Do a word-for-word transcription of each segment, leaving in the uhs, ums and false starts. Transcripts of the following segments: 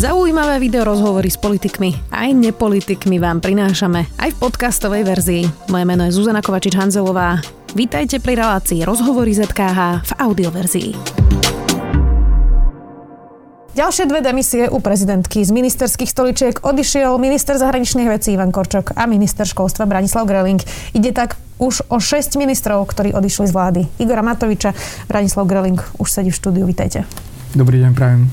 Zaujímavé videorozhovory s politikmi aj nepolitikmi vám prinášame aj v podcastovej verzii. Moje meno je Zuzana Kovačič-Hanzelová. Vítajte pri relácii Rozhovory zet ká há v audioverzii. Ďalšie dve demisie u prezidentky. Z ministerských stoličiek odišiel minister zahraničných vecí Ivan Korčok a minister školstva Branislav Greling. Ide tak už o šesť ministrov, ktorí odišli z vlády. Igora Matoviča, Branislav Greling už sedí v štúdiu. Vítajte. Dobrý deň, prajem.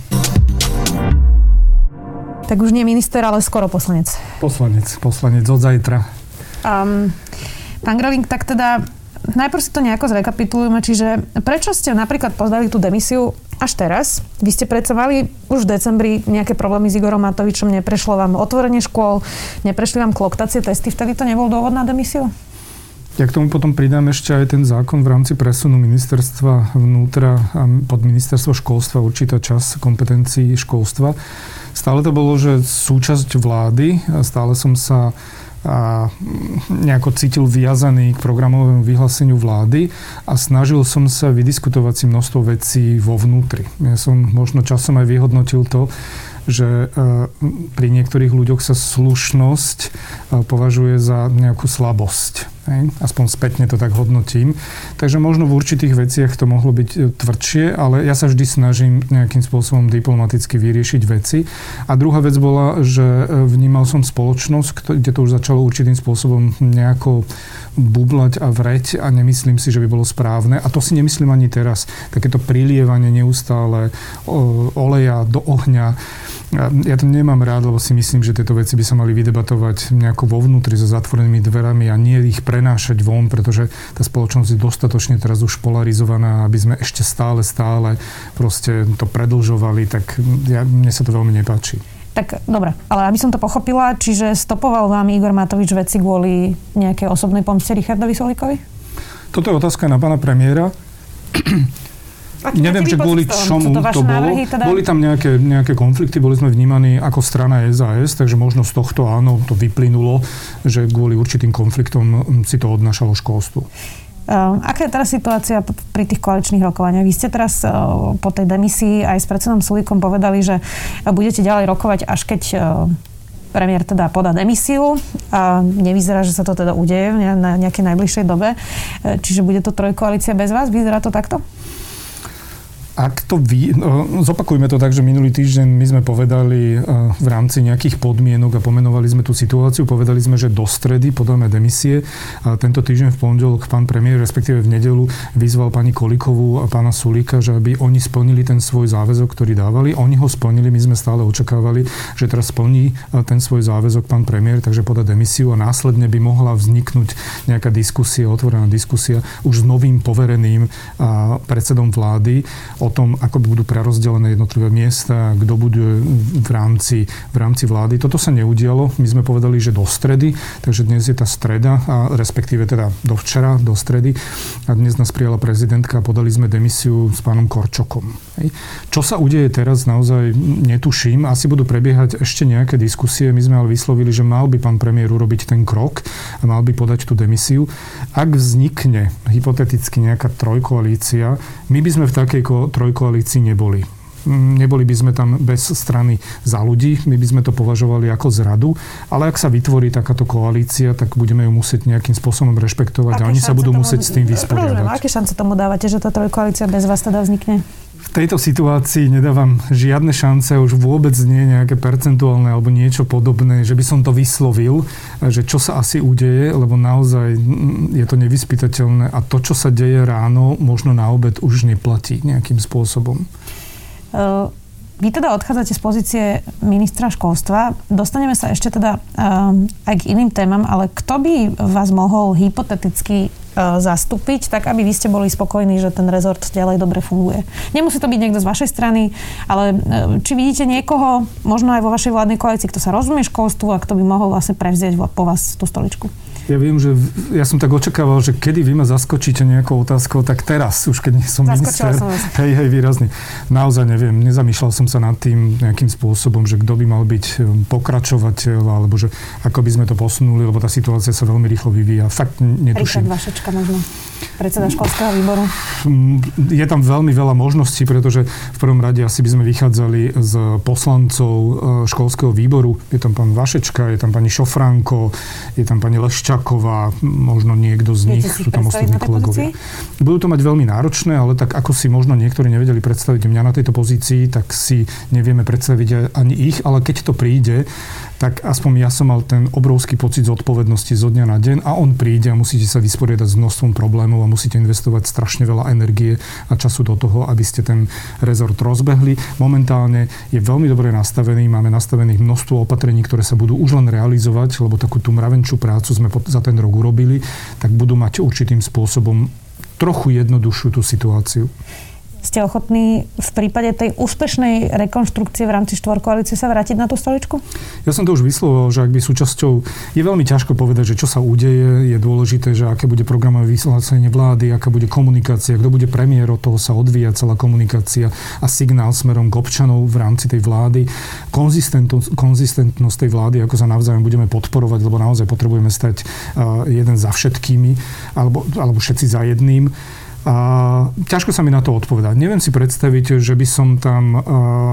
Tak už nie minister, ale skoro poslanec. Poslanec, poslanec od zajtra. Um, pán Greling, tak teda najprv si to nejako zrekapitulujeme, čiže prečo ste napríklad podali tú demisiu až teraz? Vy ste predsa mali už v decembri nejaké problémy s Igorom Matovičom, neprešlo vám otvorenie škôl, neprešli vám kloktacie testy, vtedy to nebol dôvod na demisiu? Ja k tomu potom pridám ešte aj ten zákon v rámci presunu ministerstva vnútra a pod ministerstvo školstva, určitá časť kompetencií školstva. Stále to bolo, že súčasť vlády, stále som sa a nejako cítil viazaný k programovému vyhláseniu vlády a snažil som sa vydiskutovať si množstvo vecí vo vnútri. Ja som možno časom aj vyhodnotil to, že pri niektorých ľuďoch sa slušnosť považuje za nejakú slabosť. Aspoň spätne to tak hodnotím. Takže možno v určitých veciach to mohlo byť tvrdšie, ale ja sa vždy snažím nejakým spôsobom diplomaticky vyriešiť veci. A druhá vec bola, že vnímal som spoločnosť, kde to už začalo určitým spôsobom nejako bublať a vreť a nemyslím si, že by bolo správne. A to si nemyslím ani teraz. Takéto prilievanie neustále oleja do ohňa. Ja to nemám rád, lebo si myslím, že tieto veci by sa mali vydebatovať nejako vo vnútri so zatvorenými dverami a nie ich prenášať von, pretože tá spoločnosť je dostatočne teraz už polarizovaná, aby sme ešte stále, stále proste to predĺžovali, tak ja, mne sa to veľmi nepáči. Tak dobre, ale aby som to pochopila, čiže stopoval vám Igor Matovič veci kvôli nejakej osobnej pomste Richardovi Sulíkovi? Toto je otázka na pána premiéra. Neviem, že kvôli čomu to, to bolo. Teda... Boli tam nejaké, nejaké konflikty, boli sme vnímaní ako strana es a es, takže možno z tohto áno, to vyplynulo, že kvôli určitým konfliktom si to odnášalo školstvo. Uh, aká je teraz situácia pri tých koaličných rokovaniach? Vy ste teraz uh, po tej demisii aj s predsedom Sulíkom povedali, že budete ďalej rokovať, až keď uh, premiér teda podá demisiu a nevyzerá, že sa to teda udeje na nejakej najbližšej dobe. Uh, čiže bude to trojkoalícia bez vás? Vyzerá to takto? Ak to vy, zopakujme to tak, že minulý týždeň my sme povedali v rámci nejakých podmienok a pomenovali sme tú situáciu, povedali sme, že do stredy podáme demisie a tento týždeň v pondelok pán premiér, respektíve v nedeľu vyzval pani Kolíkovú a pána Sulíka, že aby oni splnili ten svoj záväzok, ktorý dávali. Oni ho splnili, my sme stále očakávali, že teraz splní ten svoj záväzok pán premiér, takže podá demisiu a následne by mohla vzniknúť nejaká diskusia, otvorená diskusia už s novým povereným predsedom vlády o tom, ako budú prerozdelené jednotlivé miesta, kto bude v rámci, v rámci vlády. Toto sa neudialo. My sme povedali, že do stredy, takže dnes je tá streda, a respektíve teda do včera, do stredy. A dnes nás prijala prezidentka a podali sme demisiu s pánom Korčokom. Hej. Čo sa udeje teraz, naozaj netuším. Asi budú prebiehať ešte nejaké diskusie. My sme ale vyslovili, že mal by pán premiér urobiť ten krok a mal by podať tú demisiu. Ak vznikne hypoteticky nejaká trojkoalícia, my by sme v takej trojkoalícii neboli. Neboli by sme tam bez strany Za ľudí, my by sme to považovali ako zradu, ale ak sa vytvorí takáto koalícia, tak budeme ju musieť nejakým spôsobom rešpektovať a oni sa budú tomu musieť s tým vysporiadať. Aké šance tomu dávate, že tá trojkoalícia bez vás teda vznikne? V tejto situácii nedávam žiadne šance, už vôbec nie nejaké percentuálne alebo niečo podobné, že by som to vyslovil, že čo sa asi udeje, lebo naozaj je to nevyspytateľné a to, čo sa deje ráno, možno na obed už neplatí nejakým spôsobom. Uh... Vy teda odchádzate z pozície ministra školstva. Dostaneme sa ešte teda um, aj k iným témam, ale kto by vás mohol hypoteticky uh, zastúpiť, tak aby vy ste boli spokojní, že ten rezort ďalej dobre funguje? Nemusí to byť niekto z vašej strany, ale uh, či vidíte niekoho, možno aj vo vašej vládnej koalícii, kto sa rozumie školstvu a kto by mohol vlastne prevziať po vás tú stoličku? Ja viem, že ja som tak očakával, že kedy vy ma zaskočíte nejakou otázkou, tak teraz, už keď nie som Zaskočila minister. Som hej, hej, výrazne. Naozaj neviem, nezamýšľal som sa nad tým nejakým spôsobom, že kto by mal byť pokračovateľ, alebo že ako by sme to posunuli, lebo tá situácia sa veľmi rýchlo vyvíja. Fakt netuším. Richard Vašečka možno, predseda školského výboru. Je tam veľmi veľa možností, pretože v prvom rade asi by sme vychádzali z poslancov školského výboru. Je tam pán Vašečka, je tam pani Šofránko, je tam pani Leščáková, možno niekto z nich, sú tam ostatní kolegovia. Budú to mať veľmi náročné, ale tak ako si možno niektorí nevedeli predstaviť mňa na tejto pozícii, tak si nevieme predstaviť ani ich, ale keď to príde, tak aspoň ja som mal ten obrovský pocit zodpovednosti zo dňa na deň a on príde a musíte sa vysporiadať s množstvom problémov a musíte investovať strašne veľa energie a času do toho, aby ste ten rezort rozbehli. Momentálne je veľmi dobre nastavený, máme nastavených množstvo opatrení, ktoré sa budú už len realizovať, lebo takú tú mravenčú prácu sme za ten rok urobili, tak budú mať určitým spôsobom trochu jednoduchšiu tú situáciu. Ste ochotní v prípade tej úspešnej rekonštrukcie v rámci štvorkoalície sa vrátiť na tú stoličku? Ja som to už vyslovoval, že ak by súčasťou... Je veľmi ťažko povedať, že čo sa udeje. Je dôležité, že aké bude programové vyhlásenie vlády, aká bude komunikácia, kto bude premiér, od toho sa odvíja celá komunikácia a signál smerom k občanov v rámci tej vlády. Konzistentnosť, konzistentnosť tej vlády, ako sa navzájom budeme podporovať, lebo naozaj potrebujeme stať uh, jeden za všetkými, alebo, alebo všetci za jedným. A ťažko sa mi na to odpovedať. Neviem si predstaviť, že by som tam uh,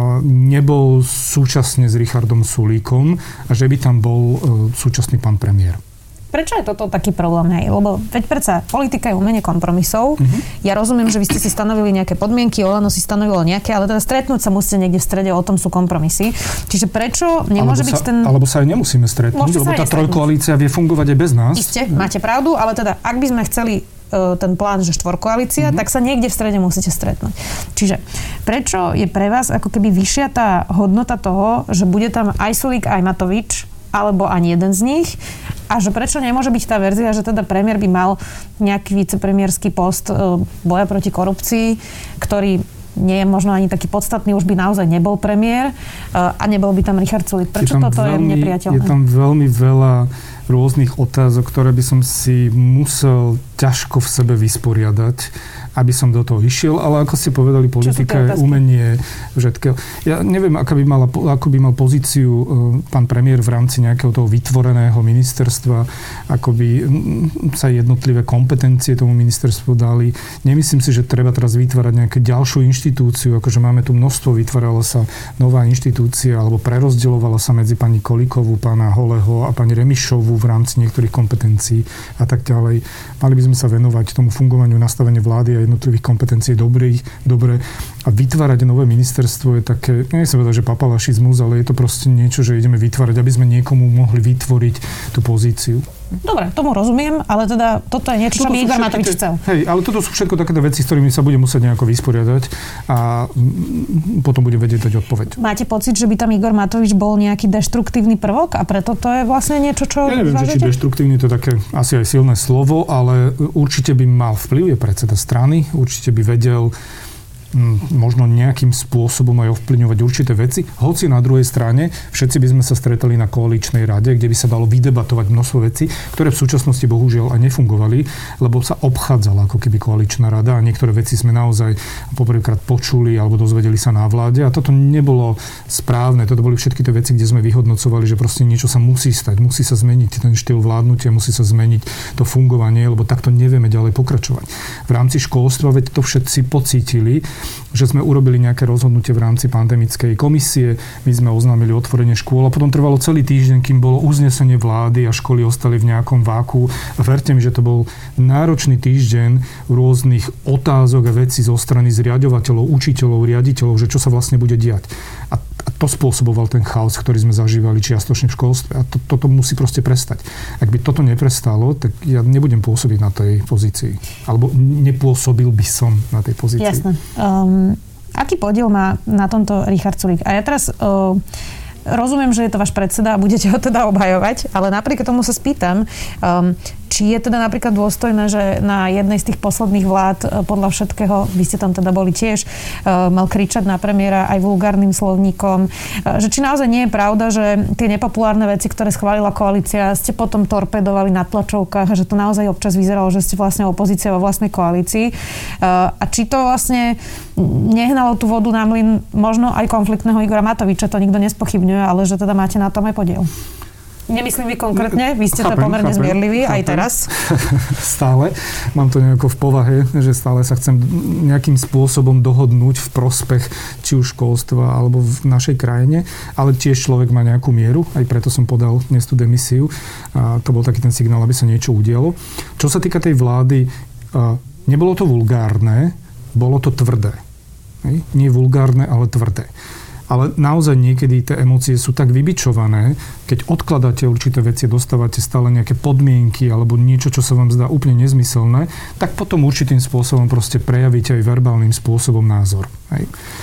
nebol súčasne s Richardom Sulíkom a že by tam bol uh, súčasný pán premiér. Prečo je toto taký problém? Hej? Lebo veď predsa politika je umenie kompromisov. Mm-hmm. Ja rozumiem, že vy ste si stanovili nejaké podmienky, Olano si stanovilo nejaké, ale teda stretnúť sa musíte niekde v strede, o tom sú kompromisy. Čiže prečo nemôže alebo byť sa, ten... Alebo sa aj nemusíme stretnúť, Môžete lebo tá trojkoalícia vie fungovať aj bez nás. Isté, máte pravdu, ale teda ak by sme chceli ten plán, že štvorkoalícia, mm-hmm. tak sa niekde v strede musíte stretnúť. Čiže prečo je pre vás ako keby vyššia tá hodnota toho, že bude tam aj Sulík, aj Matovič, alebo ani jeden z nich, a že prečo nemôže byť tá verzia, že teda premiér by mal nejaký vicepremiérsky post boja proti korupcii, ktorý nie je možno ani taký podstatný, už by naozaj nebol premiér a nebol by tam Richard Sulík. Prečo je toto veľmi, je nepriateľné? Je tam veľmi veľa rôznych otázok, ktoré by som si musel ťažko v sebe vysporiadať, aby som do toho išiel, ale ako ste povedali, politika je umenie všetkého. Ja neviem, aká by mala, ako by mal pozíciu pán premiér v rámci nejakého toho vytvoreného ministerstva, ako by sa jednotlivé kompetencie tomu ministerstvu dali. Nemyslím si, že treba teraz vytvárať nejakú ďalšiu inštitúciu, akože máme tu množstvo, vytvárala sa nová inštitúcia, alebo prerozdeľovala sa medzi pani Kolíkovú, pána Holeho a pani Remišovú v rámci niektorých kompetencií a tak ďalej. Mali by sme sa venovať tomu fungovaniu, nastaveniu vlády a jednotlivých kompetencií dobrých, dobre. A vytvárať nové ministerstvo je také, nechcem povedať, že papalašizmus, ale je to proste niečo, že ideme vytvárať, aby sme niekomu mohli vytvoriť tú pozíciu. Dobre, tomu rozumiem, ale teda toto je niečo, čo by Igor Matovič chcel. Hej, ale toto sú všetko takéto veci, s ktorými sa bude musieť nejako vysporiadať a potom bude vedieť dať odpoveď. Máte pocit, že by tam Igor Matovič bol nejaký deštruktívny prvok a preto to je vlastne niečo, čo... Ja neviem, že či deštruktívny to je také asi aj silné slovo, ale určite by mal vplyv, je predseda strany, určite by vedel možno nejakým spôsobom aj ovplyvňovať určité veci. Hoci na druhej strane všetci by sme sa stretli na koaličnej rade, kde by sa dalo vydebatovať množstvo vecí, ktoré v súčasnosti bohužiaľ aj nefungovali, lebo sa obchádzala ako keby koaličná rada a niektoré veci sme naozaj poprvýkrát počuli alebo dozvedeli sa na vláde a toto nebolo správne. Toto boli všetky tie veci, kde sme vyhodnocovali, že proste niečo sa musí stať, musí sa zmeniť ten štýl vládnutia, musí sa zmeniť to fungovanie, lebo takto nevieme ďalej pokračovať. V rámci školstva veď to všetci pocítili, že sme urobili nejaké rozhodnutie v rámci pandemickej komisie, my sme oznámili otvorenie škôl a potom trvalo celý týždeň, kým bolo uznesenie vlády a školy ostali v nejakom váku. A verte mi, že to bol náročný týždeň rôznych otázok a vecí zo strany zriaďovateľov, učiteľov, riaditeľov, že čo sa vlastne bude diať. A to spôsoboval ten chaos, ktorý sme zažívali čiastočne v školstve. A to, toto musí proste prestať. Ak by toto neprestalo, tak ja nebudem pôsobiť na tej pozícii. Alebo nepôsobil by som na tej pozícii. Jasné. Um, aký podiel má na tomto Richard Sulík? A ja teraz... Uh, Rozumiem, že je to váš predseda a budete ho teda obhajovať, ale napriek tomu sa spýtam, um, Či je teda napríklad dôstojné, že na jednej z tých posledných vlád podľa všetkého, vy ste tam teda boli tiež, mal kričať na premiéra aj vulgárnym slovníkom, že či naozaj nie je pravda, že tie nepopulárne veci, ktoré schválila koalícia, ste potom torpedovali na tlačovkách a že to naozaj občas vyzeralo, že ste vlastne opozícia vo vlastnej koalícii. A či to vlastne nehnalo tú vodu na mlyn možno aj konfliktného Igora Matoviča, to nikto nespochybňuje, ale že teda máte na tom aj podiel. Nemyslím vy konkrétne, vy ste chápem, to pomerne chápem, zmierliví chápem. Aj teraz. Stále. Mám to nejako v povahe, že stále sa chcem nejakým spôsobom dohodnúť v prospech či už školstva alebo v našej krajine, ale tiež človek má nejakú mieru, aj preto som podal dnes tú demisiu. A to bol taký ten signál, aby sa niečo udialo. Čo sa týka tej vlády, nebolo to vulgárne, bolo to tvrdé. Nie vulgárne, ale tvrdé. Ale naozaj niekedy tie emócie sú tak vybičované, keď odkladáte určité veci, dostávate stále nejaké podmienky alebo niečo, čo sa vám zdá úplne nezmyselné, tak potom určitým spôsobom proste prejavíte aj verbálnym spôsobom názor. Hej.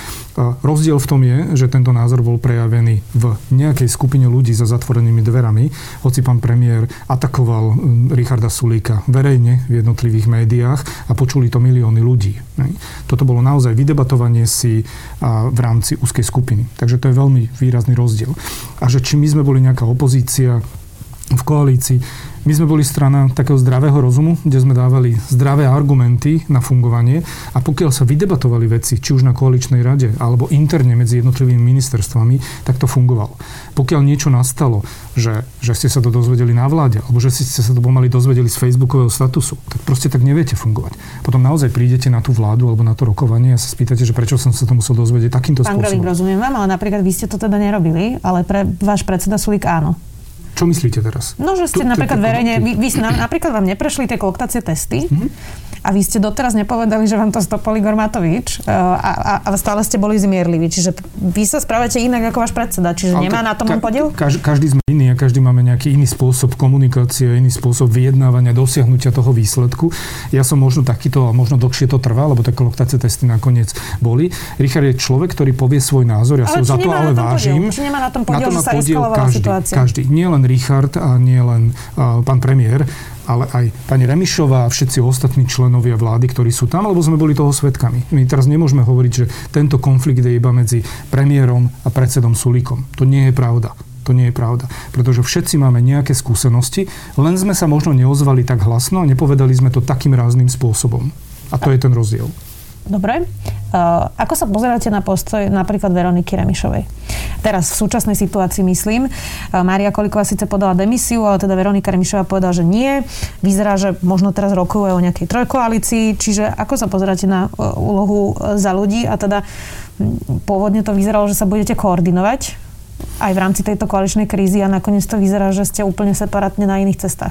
Rozdiel v tom je, že tento názor bol prejavený v nejakej skupine ľudí za zatvorenými dverami, hoci pán premiér atakoval Richarda Sulíka verejne v jednotlivých médiách a počuli to milióny ľudí. Toto bolo naozaj vydebatovanie si v rámci úzkej skupiny. Takže to je veľmi výrazný rozdiel. A že či my sme boli nejaká opozícia v koalícii, my sme boli strana takého zdravého rozumu, kde sme dávali zdravé argumenty na fungovanie a pokiaľ sa vydebatovali veci, či už na koaličnej rade alebo interne medzi jednotlivými ministerstvami, tak to fungovalo. Pokiaľ niečo nastalo, že, že ste sa to dozvedeli na vláde alebo že ste sa to pomaly dozvedeli z facebookového statusu, tak proste tak neviete fungovať. Potom naozaj prídete na tú vládu alebo na to rokovanie a sa spýtate, že prečo som sa to musel dozvedieť takýmto spôsobom. Pán Gröling, rozumiem vám, ale napríklad vy ste to teda nerobili, ale pre váš predseda Sulík áno. Čo myslíte teraz? No, že ste tu, napríklad verejne, vy, vy napríklad vám neprešli tie kooptacie testy mm-hmm. a vy ste doteraz nepovedali, že vám to stopol Igor Matovič a, a, a stále ste boli zmierliví. Čiže vy sa správate inak ako váš predseda. Čiže ale nemá to, na tom ka, podiel? Každý, každý sme iný a každý máme nejaký iný spôsob komunikácie, iný spôsob vyjednávania, dosiahnutia toho výsledku. Ja som možno takýto a možno dlhšie to trvá, lebo tie kooptacie testy nakoniec boli. Richard je človek, ktorý povie svoj názor. Ja ale sa za to ale vážim. Či nemá na tom podiel, že sa eskalovala situácia? Každý. Nie len Richard a nie len uh, pán premiér, ale aj pani Remišová a všetci ostatní členovia vlády, ktorí sú tam, lebo sme boli toho svedkami. My teraz nemôžeme hovoriť, že tento konflikt je iba medzi premiérom a predsedom Sulíkom. To nie je pravda. To nie je pravda. Pretože všetci máme nejaké skúsenosti, len sme sa možno neozvali tak hlasno a nepovedali sme to takým rázným spôsobom. A to je ten rozdiel. Dobre. Uh, ako sa pozeráte na postoj napríklad Veroniky Remišovej? Teraz v súčasnej situácii myslím. Uh, Mária Kolíková síce podala demisiu, ale teda Veronika Remišová povedala, že nie. Vyzerá, že možno teraz rokujú o nejakej trojkoalícii. Čiže ako sa pozeráte na uh, úlohu uh, Za ľudí? A teda um, pôvodne to vyzeralo, že sa budete koordinovať aj v rámci tejto koaličnej krízy a nakoniec to vyzerá, že ste úplne separátne na iných cestách.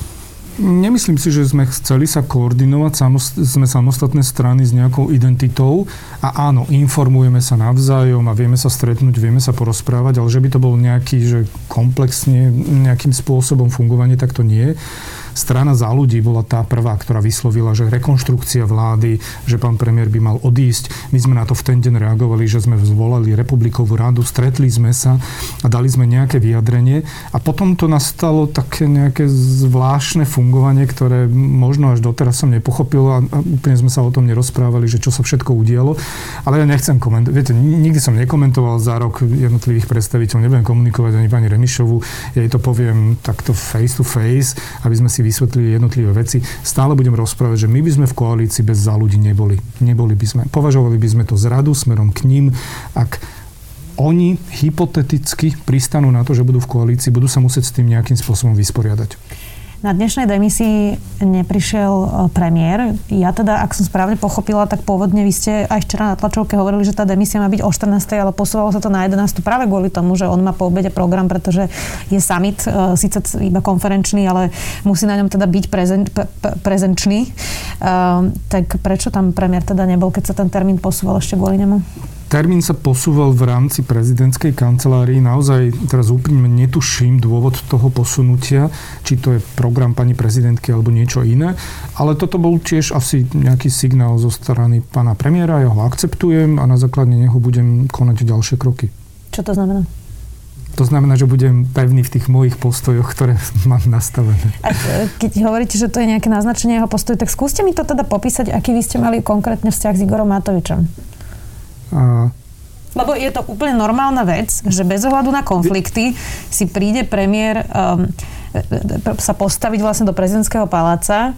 Nemyslím si, že sme chceli sa koordinovať, sme samostatné strany s nejakou identitou a áno, informujeme sa navzájom a vieme sa stretnúť, vieme sa porozprávať, ale že by to bol nejaký, že komplexne nejakým spôsobom fungovanie, tak to nie. Strana Za ľudí bola tá prvá, ktorá vyslovila, že rekonštrukcia vlády, že pán premiér by mal odísť. My sme na to v ten deň reagovali, že sme zvolali Republikovú radu, stretli sme sa a dali sme nejaké vyjadrenie a potom to nastalo také nejaké zvláštne fungovanie, ktoré možno až doteraz som nepochopil a úplne sme sa o tom nerozprávali, že čo sa všetko udialo. Ale ja nechcem komentovať. Viete, nikdy som nekomentoval za rok jednotlivých predstaviteľov, nebudem komunikovať ani pani Remišovu. Ja jej to poviem takto face to face, aby sme si vysvetlili jednotlivé veci. Stále budem rozprávať, že my by sme v koalícii bez Za ľudí neboli. Neboli by sme. Považovali by sme to zradu smerom k ním. Ak oni hypoteticky pristanú na to, že budú v koalícii, budú sa musieť s tým nejakým spôsobom vysporiadať. Na dnešnej demisii neprišiel premiér. Ja teda, ak som správne pochopila, tak pôvodne vy ste aj včera na tlačovke hovorili, že tá demisia má byť o štrnástej, ale posúvalo sa to na jedenástu práve kvôli tomu, že on má po obede program, pretože je summit, síce iba konferenčný, ale musí na ňom teda byť prezen, pre, prezenčný. Uh, tak prečo tam premiér teda nebol, keď sa ten termín posúval ešte kvôli nemu? Termín sa posúval v rámci prezidentskej kancelárii. Naozaj teraz úprimne netuším dôvod toho posunutia, či to je program pani prezidentky alebo niečo iné. Ale toto bol tiež asi nejaký signál zo strany pána premiéra. Ja ho akceptujem a na základe neho budem konať ďalšie kroky. Čo to znamená? To znamená, že budem pevný v tých mojich postojoch, ktoré mám nastavené. A keď hovoríte, že to je nejaké naznačenie jeho postoju, tak skúste mi to teda popísať, aký vy ste mali konkrétne vzťah s Igorom Matovičom. A... Lebo je to úplne normálna vec, že bez ohľadu na konflikty si príde premiér um, sa postaviť vlastne do prezidentského paláca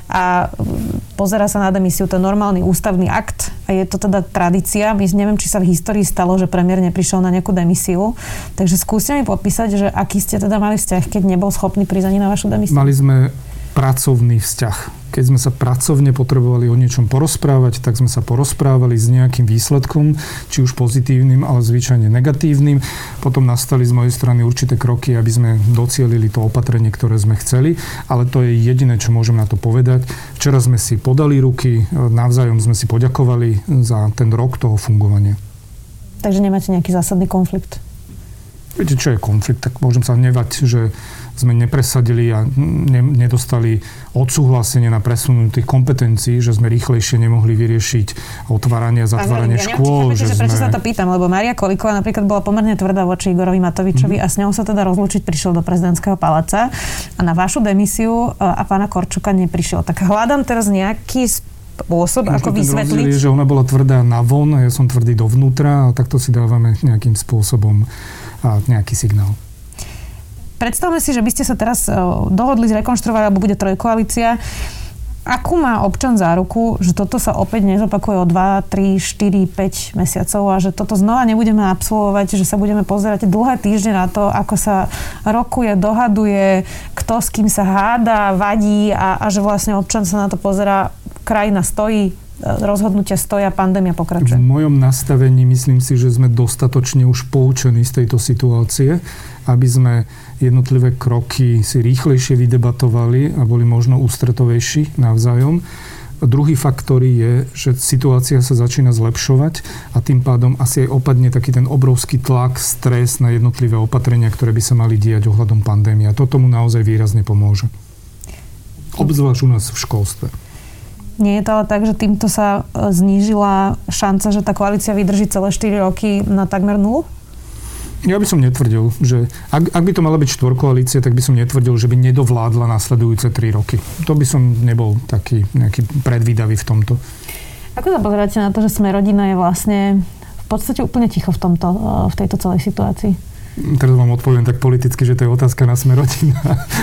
a pozerá sa na demisiu. To je normálny ústavný akt a je to teda tradícia. My neviem, či sa v histórii stalo, že premiér neprišiel na nejakú demisiu. Takže skúste mi popísať, že aký ste teda mali vzťah, keď nebol schopný prísť ani na vašu demisiu. Mali sme pracovný vzťah. Keď sme sa pracovne potrebovali o niečom porozprávať, tak sme sa porozprávali s nejakým výsledkom, či už pozitívnym, ale zvyčajne negatívnym. Potom nastali z mojej strany určité kroky, aby sme docielili to opatrenie, ktoré sme chceli, ale to je jediné, čo môžem na to povedať. Včera sme si podali ruky, navzájom sme si poďakovali za ten rok toho fungovania. Takže nemáte nejaký zásadný konflikt? Viete, čo je konflikt? Tak môžem sa hnevať, že sme nepresadili a ne, nedostali odsúhlasenie na presunutých kompetencií, že sme rýchlejšie nemohli vyriešiť otváranie a zatváranie ja škôl. Že, že prečo sme... sa to pýtam, lebo Mária Kolíková napríklad bola pomerne tvrdá voči Igorovi Matovičovi mm-hmm. a s ňou sa teda rozlúčiť prišiel do prezidentského paláca a na vašu demisiu a pána Korčoka neprišiel. Tak hľadám teraz nejaký spôsob, Možno ako vysvetliť. Je, že ona bola tvrdá navon a ja som tvrdý dovnútra a takto si dávame nejakým spôsobom a nejaký signál. Predstavme si, že by ste sa teraz dohodli, zrekonštruovali, alebo bude trojkoalícia. Akú má občan záruku, že toto sa opäť nezopakuje o dva, tri, štyri, päť mesiacov a že toto znova nebudeme absolvovať, že sa budeme pozerať dlhé týždne na to, ako sa rokuje, dohaduje, kto s kým sa háda, vadí a, a že vlastne občan sa na to pozerá, krajina stojí, rozhodnutia stoja, pandémia pokračuje. V mojom nastavení myslím si, že sme dostatočne už poučení z tejto situácie, aby sme jednotlivé kroky si rýchlejšie vydebatovali a boli možno ústretovejší navzájom. Druhý faktor je, že situácia sa začína zlepšovať a tým pádom asi aj opadne taký ten obrovský tlak, stres na jednotlivé opatrenia, ktoré by sa mali diať ohľadom pandémie. A to tomu naozaj výrazne pomôže. Obzvlášť u nás v školstve. Nie je to ale tak, že týmto sa znížila šanca, že tá koalícia vydrží celé štyri roky na takmer nulu? Ja by som netvrdil, že ak, ak by to mala byť štvorkoalícia, tak by som netvrdil, že by nedovládla nasledujúce tri roky. To by som nebol taký nejaký predvídavý v tomto. Ako sa pozeráte na to, že Smer-rodina je vlastne v podstate úplne ticho v, tomto, v tejto celej situácii? Teraz vám odpoviem tak politicky, že to je otázka na Smer-rodina.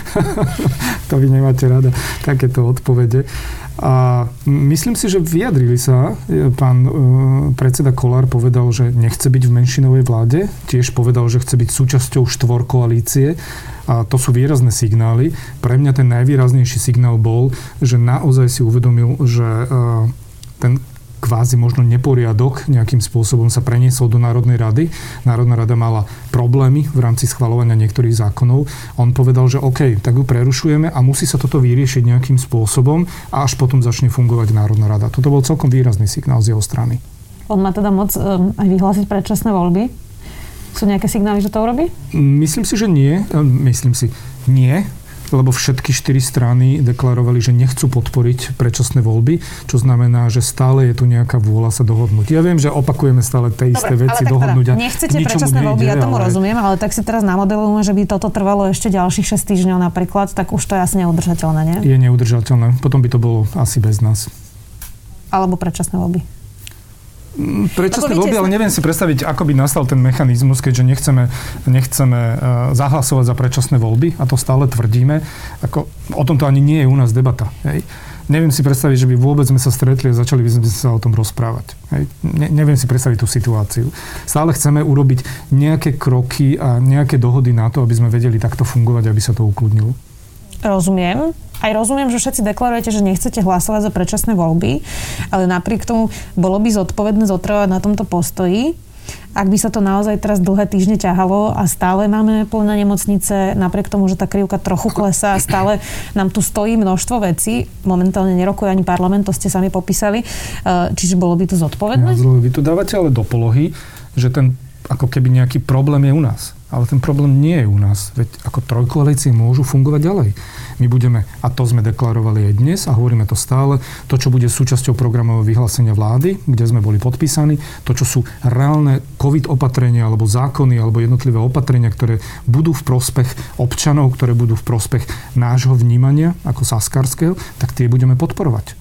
To vy nemáte rada, takéto odpovede. A myslím si, že vyjadrili sa. Pán e, predseda Kollár povedal, že nechce byť v menšinovej vláde. Tiež povedal, že chce byť súčasťou štvorkoalície. A to sú výrazné signály. Pre mňa ten najvýraznejší signál bol, že naozaj si uvedomil, že e, ten kvázi možno neporiadok nejakým spôsobom sa preniesol do Národnej rady. Národná rada mala problémy v rámci schvaľovania niektorých zákonov. On povedal, že OK, tak ju prerušujeme a musí sa toto vyriešiť nejakým spôsobom a až potom začne fungovať Národná rada. Toto bol celkom výrazný signál z jeho strany. On má teda moc um, aj vyhlásiť predčasné voľby? Sú nejaké signály, že to urobí? Myslím si, že nie. Myslím si, nie. Lebo všetky štyri strany deklarovali, že nechcú podporiť predčasné voľby, čo znamená, že stále je tu nejaká vôľa sa dohodnúť. Ja viem, že opakujeme stále tie isté Dobre, veci, ale dohodnúť teda, nechcete predčasné voľby, ja tomu ale... rozumiem, ale tak si teraz namodelujeme, že by toto trvalo ešte ďalších šesť týždňov napríklad, tak už to je asi neudržateľné, nie? Je neudržateľné. Potom by to bolo asi bez nás. Alebo predčasné voľby. Predčasné voľby, ale neviem si predstaviť, ako by nastal ten mechanizmus, keďže nechceme, nechceme zahlasovať za predčasné voľby a to stále tvrdíme. Ako, o tomto ani nie je u nás debata. Hej. Neviem si predstaviť, že by vôbec sme sa stretli a začali by sme sa o tom rozprávať. Hej. Ne, neviem si predstaviť tú situáciu. Stále chceme urobiť nejaké kroky a nejaké dohody na to, aby sme vedeli takto fungovať, aby sa to ukludnilo. Rozumiem. Aj rozumiem, že všetci deklarujete, že nechcete hlasovať za predčasné voľby, ale napriek tomu bolo by zodpovedné zotrvať na tomto postoji. Ak by sa to naozaj teraz dlhé týždne ťahalo a stále máme plné nemocnice, napriek tomu, že tá krivka trochu klesá, stále nám tu stojí množstvo vecí, momentálne nerokuje ani parlament, to ste sami popísali, čiže bolo by to zodpovedné? Ja, vy tu dávate ale do polohy, že ten ako keby nejaký problém je u nás. Ale ten problém nie je u nás. Veď ako trojkoalície môžu fungovať ďalej. My budeme, a to sme deklarovali aj dnes a hovoríme to stále, to, čo bude súčasťou programového vyhlásenia vlády, kde sme boli podpísaní, to, čo sú reálne COVID opatrenia alebo zákony alebo jednotlivé opatrenia, ktoré budú v prospech občanov, ktoré budú v prospech nášho vnímania ako saskarského, tak tie budeme podporovať.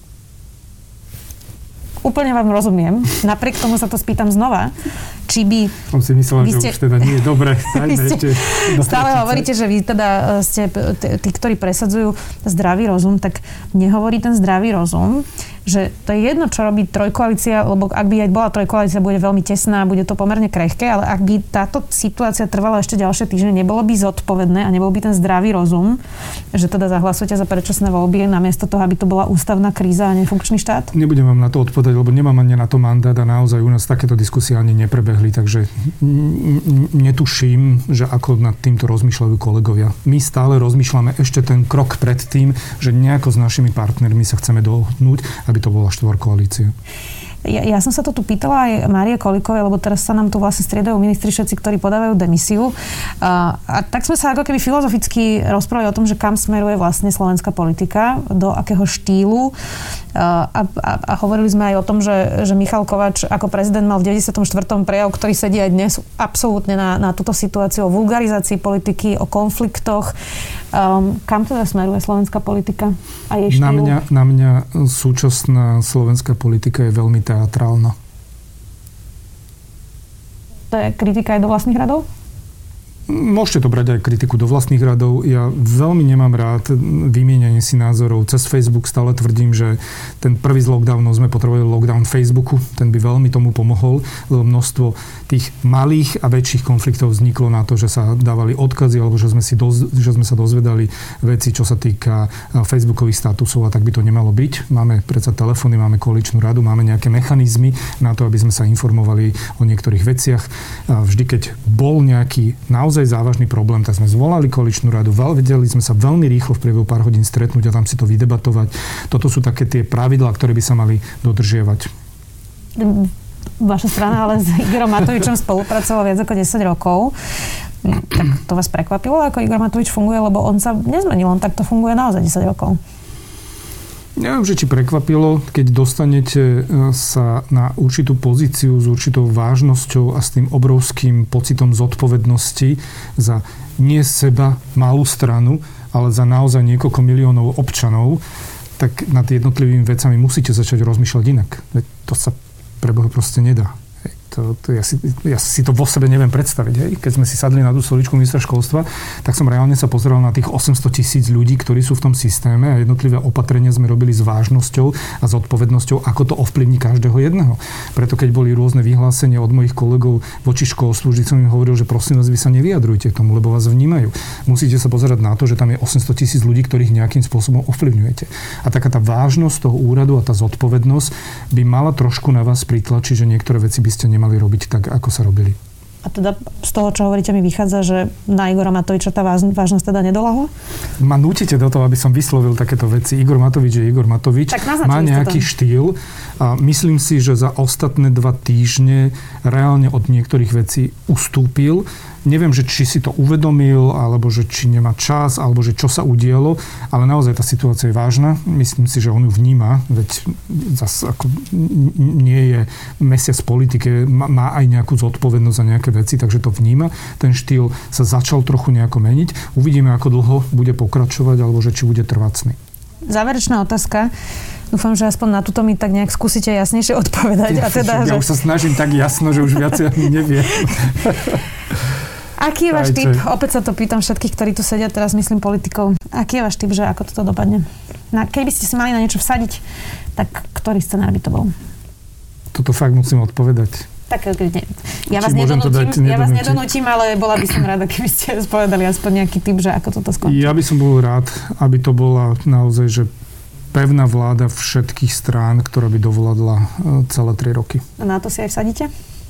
Úplne vám rozumiem. Napriek tomu sa to spýtam znova. Či by... Som si myslela, že ste, už teda nie je dobre. Ste, stále hovoríte, že vy teda ste tí, ktorí presadzujú zdravý rozum, tak nehovorí ten zdravý rozum, že to je jedno, čo robí trojkoalícia, lebo ak by aj bola trojkoalícia, bude veľmi tesná, bude to pomerne krehké, ale ak by táto situácia trvala ešte ďalšie týždne, nebolo by zodpovedné a nebol by ten zdravý rozum, že teda zahlasujete za predčasné voľby namiesto toho, aby to bola ústavná kríza a nefunkčný štát? Nebudem vám na to odpovedať, lebo nemám ani na to mandát a naozaj u nás takéto diskusie ani neprebehli, takže netuším, že ako nad týmto rozmýšľajú kolegovia. My stále rozmýšľame ešte ten krok pred tým, že nejako s našimi partnermi sa chceme dohodnúť, aby to bola štvorkoalícia. Ja, ja som sa to tu pýtala aj Márie Kolíkovej, lebo teraz sa nám tu vlastne striedajú ministri všetci, ktorí podávajú demisiu. A, a tak sme sa ako keby filozoficky rozprávali o tom, že kam smeruje vlastne slovenská politika, do akého štýlu. A, a, a hovorili sme aj o tom, že, že Michal Kováč ako prezident mal v deväťdesiatom štvrtom prejav, ktorý sedí aj dnes absolútne na, na túto situáciu, o vulgarizácii politiky, o konfliktoch. Um, kam teda smeruje slovenská politika a jej štýlu? Na mňa, na mňa súčasná slovenská politika je veľmi teatrálna. To je kritika aj do vlastných radov? Môžete to brať aj kritiku do vlastných radov. Ja veľmi nemám rád vymieňanie si názorov. Cez Facebook stále tvrdím, že ten prvý z lockdownov sme potrebovali lockdown Facebooku. Ten by veľmi tomu pomohol, lebo množstvo tých malých a väčších konfliktov vzniklo na to, že sa dávali odkazy alebo že sme, si doz, že sme sa dozvedali veci, čo sa týka Facebookových statusov, a tak by to nemalo byť. Máme predsa telefóny, máme koaličnú radu, máme nejaké mechanizmy na to, aby sme sa informovali o niektorých veciach. A vždy, keď bol nejaký naozaj závažný problém, tak sme zvolali koaličnú radu, vedeli sme sa veľmi rýchlo v priebehu pár hodín stretnúť a tam si to vydebatovať. Toto sú také tie pravidlá, ktoré by sa mali dodržiavať. Vaša strana ale s Igorom Matovičom spolupracovala viac ako desať rokov. Tak to vás prekvapilo, ako Igor Matovič funguje, lebo on sa nezmenil, on takto funguje naozaj desať rokov. Neviem, že či prekvapilo, keď dostanete sa na určitú pozíciu s určitou vážnosťou a s tým obrovským pocitom zodpovednosti za nie seba malú stranu, ale za naozaj niekoľko miliónov občanov, tak nad jednotlivými vecami musíte začať rozmýšľať inak. Veď to sa pre Boha proste nedá. To, to, ja, si, ja si to vo sebe neviem predstaviť. Hej. Keď sme si sadli na tú stoličku ministra školstva, tak som reálne sa pozeral na tých osemsto tisíc ľudí, ktorí sú v tom systéme, a jednotlivé opatrenia sme robili s vážnosťou a s odpovednosťou, ako to ovplyvní každého jedného. Preto keď boli rôzne vyhlásenia od mojich kolegov voči školstvu, vždy som im hovoril, že prosím vás, vy sa nevyjadrujte k tomu, lebo vás vnímajú. Musíte sa pozerať na to, že tam je osemsto tisíc ľudí, ktorých nejakým spôsobom ovplyvňujete. A taká tá vážnosť toho úradu a tá zodpovednosť by mala trošku na vás pritlačiť, že niektoré veci by ste mali robiť tak, ako sa robili. A teda z toho, čo hovoríte, mi vychádza, že na Igora Matoviča tá vážnosť teda nedolahla? Ma nútite do toho, aby som vyslovil takéto veci. Igor Matovič je Igor Matovič. Má nejaký štýl a myslím si, že za ostatné dva týždne reálne od niektorých vecí ustúpil. Neviem, že či si to uvedomil, alebo že či nemá čas, alebo že čo sa udialo, ale naozaj tá situácia je vážna. Myslím si, že on ju vníma, veď zase ako nie je mesiac v politike, má aj nejakú zodpovednosť za nejaké veci, takže to vníma. Ten štýl sa začal trochu nejako meniť. Uvidíme, ako dlho bude pokračovať, alebo že či bude trvácny. Záverečná otázka. Dúfam, že aspoň na túto mi tak nejak skúsite jasnejšie odpovedať. A teda, ja že... už sa snažím tak jasno, že už viacej ani neviem. Aký je váš tip? Opäť sa to pýtam všetkých, ktorí tu sedia, teraz myslím politikov. Aký je váš tip, že ako toto dopadne? Na, keby ste si mali na niečo vsadiť, tak ktorý scenár by to bol? Toto fakt musím odpovedať. Tak, ne, ja vás nedonútim, ja vás nedonútim, ale bola by som rada, keby ste spovedali aspoň nejaký tip, že ako toto skončí. Ja by som bol rád, aby to bola naozaj, že pevná vláda všetkých strán, ktorá by dovládla celé tri roky. A na to si aj vsadíte?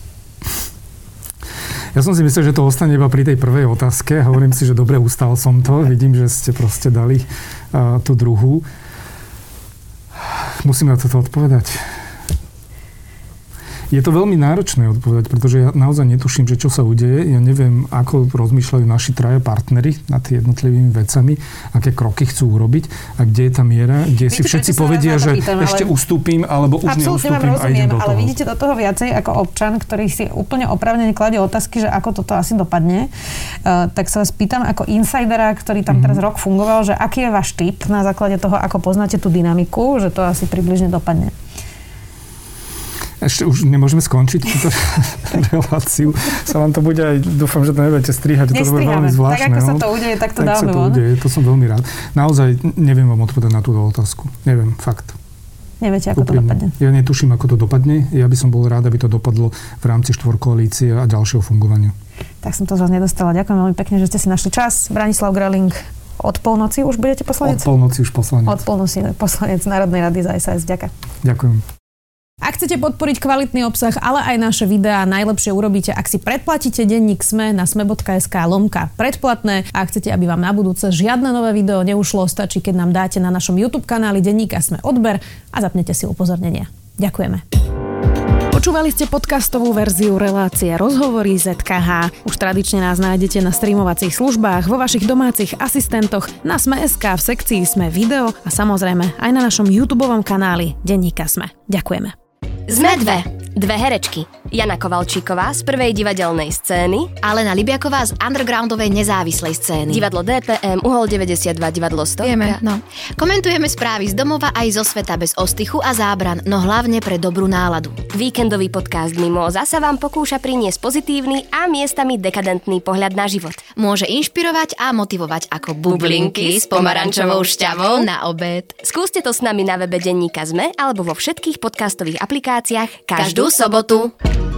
Ja som si myslel, že to ostane iba pri tej prvej otázke. Hovorím si, že dobre, ustal som to. Vidím, že ste proste dali uh, tú druhú. Musím na toto odpovedať. Je to veľmi náročné odpovedať, pretože ja naozaj netuším, že čo sa udeje. Ja neviem, ako rozmýšľajú naši traja partneri nad jednotlivými vecami, aké kroky chcú urobiť a kde je tá miera, kde si všetci povedia, že pýtam, ešte ale... ustúpim, alebo už neustúpim a idem do toho. Ale vidíte do toho viacej ako občan, ktorý si úplne oprávnene kladie otázky, že ako toto asi dopadne. Uh, tak sa vás pýtam ako insidera, ktorý tam mm-hmm. teraz rok fungoval, že aký je váš tip na základe toho, ako poznáte tú dynamiku, že to asi približne dopadne. Ešte už nemôžeme skončiť túto reláciu. Sa vám to bude aj, dúfam, že to nebudete strihať, že to bude veľmi zvláštne. Tak ako sa to udeje, tak to tak dáme sa to udeje, to som veľmi rád. Naozaj neviem vám odpovedať na túto otázku. Neviem, fakt. Neviete, ako Úprimne. to dopadne. Ja netuším, ako to dopadne. Ja by som bol rád, aby to dopadlo v rámci štvorkoalície a ďalšieho fungovania. Tak som to z vás nedostala. Ďakujem veľmi pekne, že ste si našli čas. Branislav Greling, od polnoci už budete poslanec? Od polnoci už poslanec. Od polnoci poslanec Národnej rady za es a es. Ďakujem. Ďakujem. Ak chcete podporiť kvalitný obsah, ale aj naše videá, najlepšie urobíte, ak si predplatíte denník SME na sme.sk lomka predplatné. A ak chcete, aby vám na budúce žiadne nové video neušlo, stačí, keď nám dáte na našom YouTube kanáli denníka SME odber a zapnete si upozornenia. Ďakujeme. Počúvali ste podcastovú verziu relácie Rozhovory zet ká há. Už tradične nás nájdete na streamovacích službách, vo vašich domácich asistentoch, na Sme.sk, v sekcii Sme video a samozrejme aj na našom YouTubeovom kanáli denníka SME. Ďakujeme. Sme dve. Dve herečky. Jana Kovalčíková z prvej divadelnej scény. Alena Libiaková z undergroundovej nezávislej scény. Divadlo dé pé em, Uhol deväťdesiatdva, divadlo Stovka. Vieme, no. Komentujeme správy z domova aj zo sveta bez ostychu a zábran, no hlavne pre dobrú náladu. Víkendový podcast Mimóza sa vám pokúša priniesť pozitívny a miestami dekadentný pohľad na život. Môže inšpirovať a motivovať ako bublinky s pomarančovou šťavou na obed. Skúste to s nami na webe denníka SME alebo vo všetkých podcastových aplikáciách každú sobotu.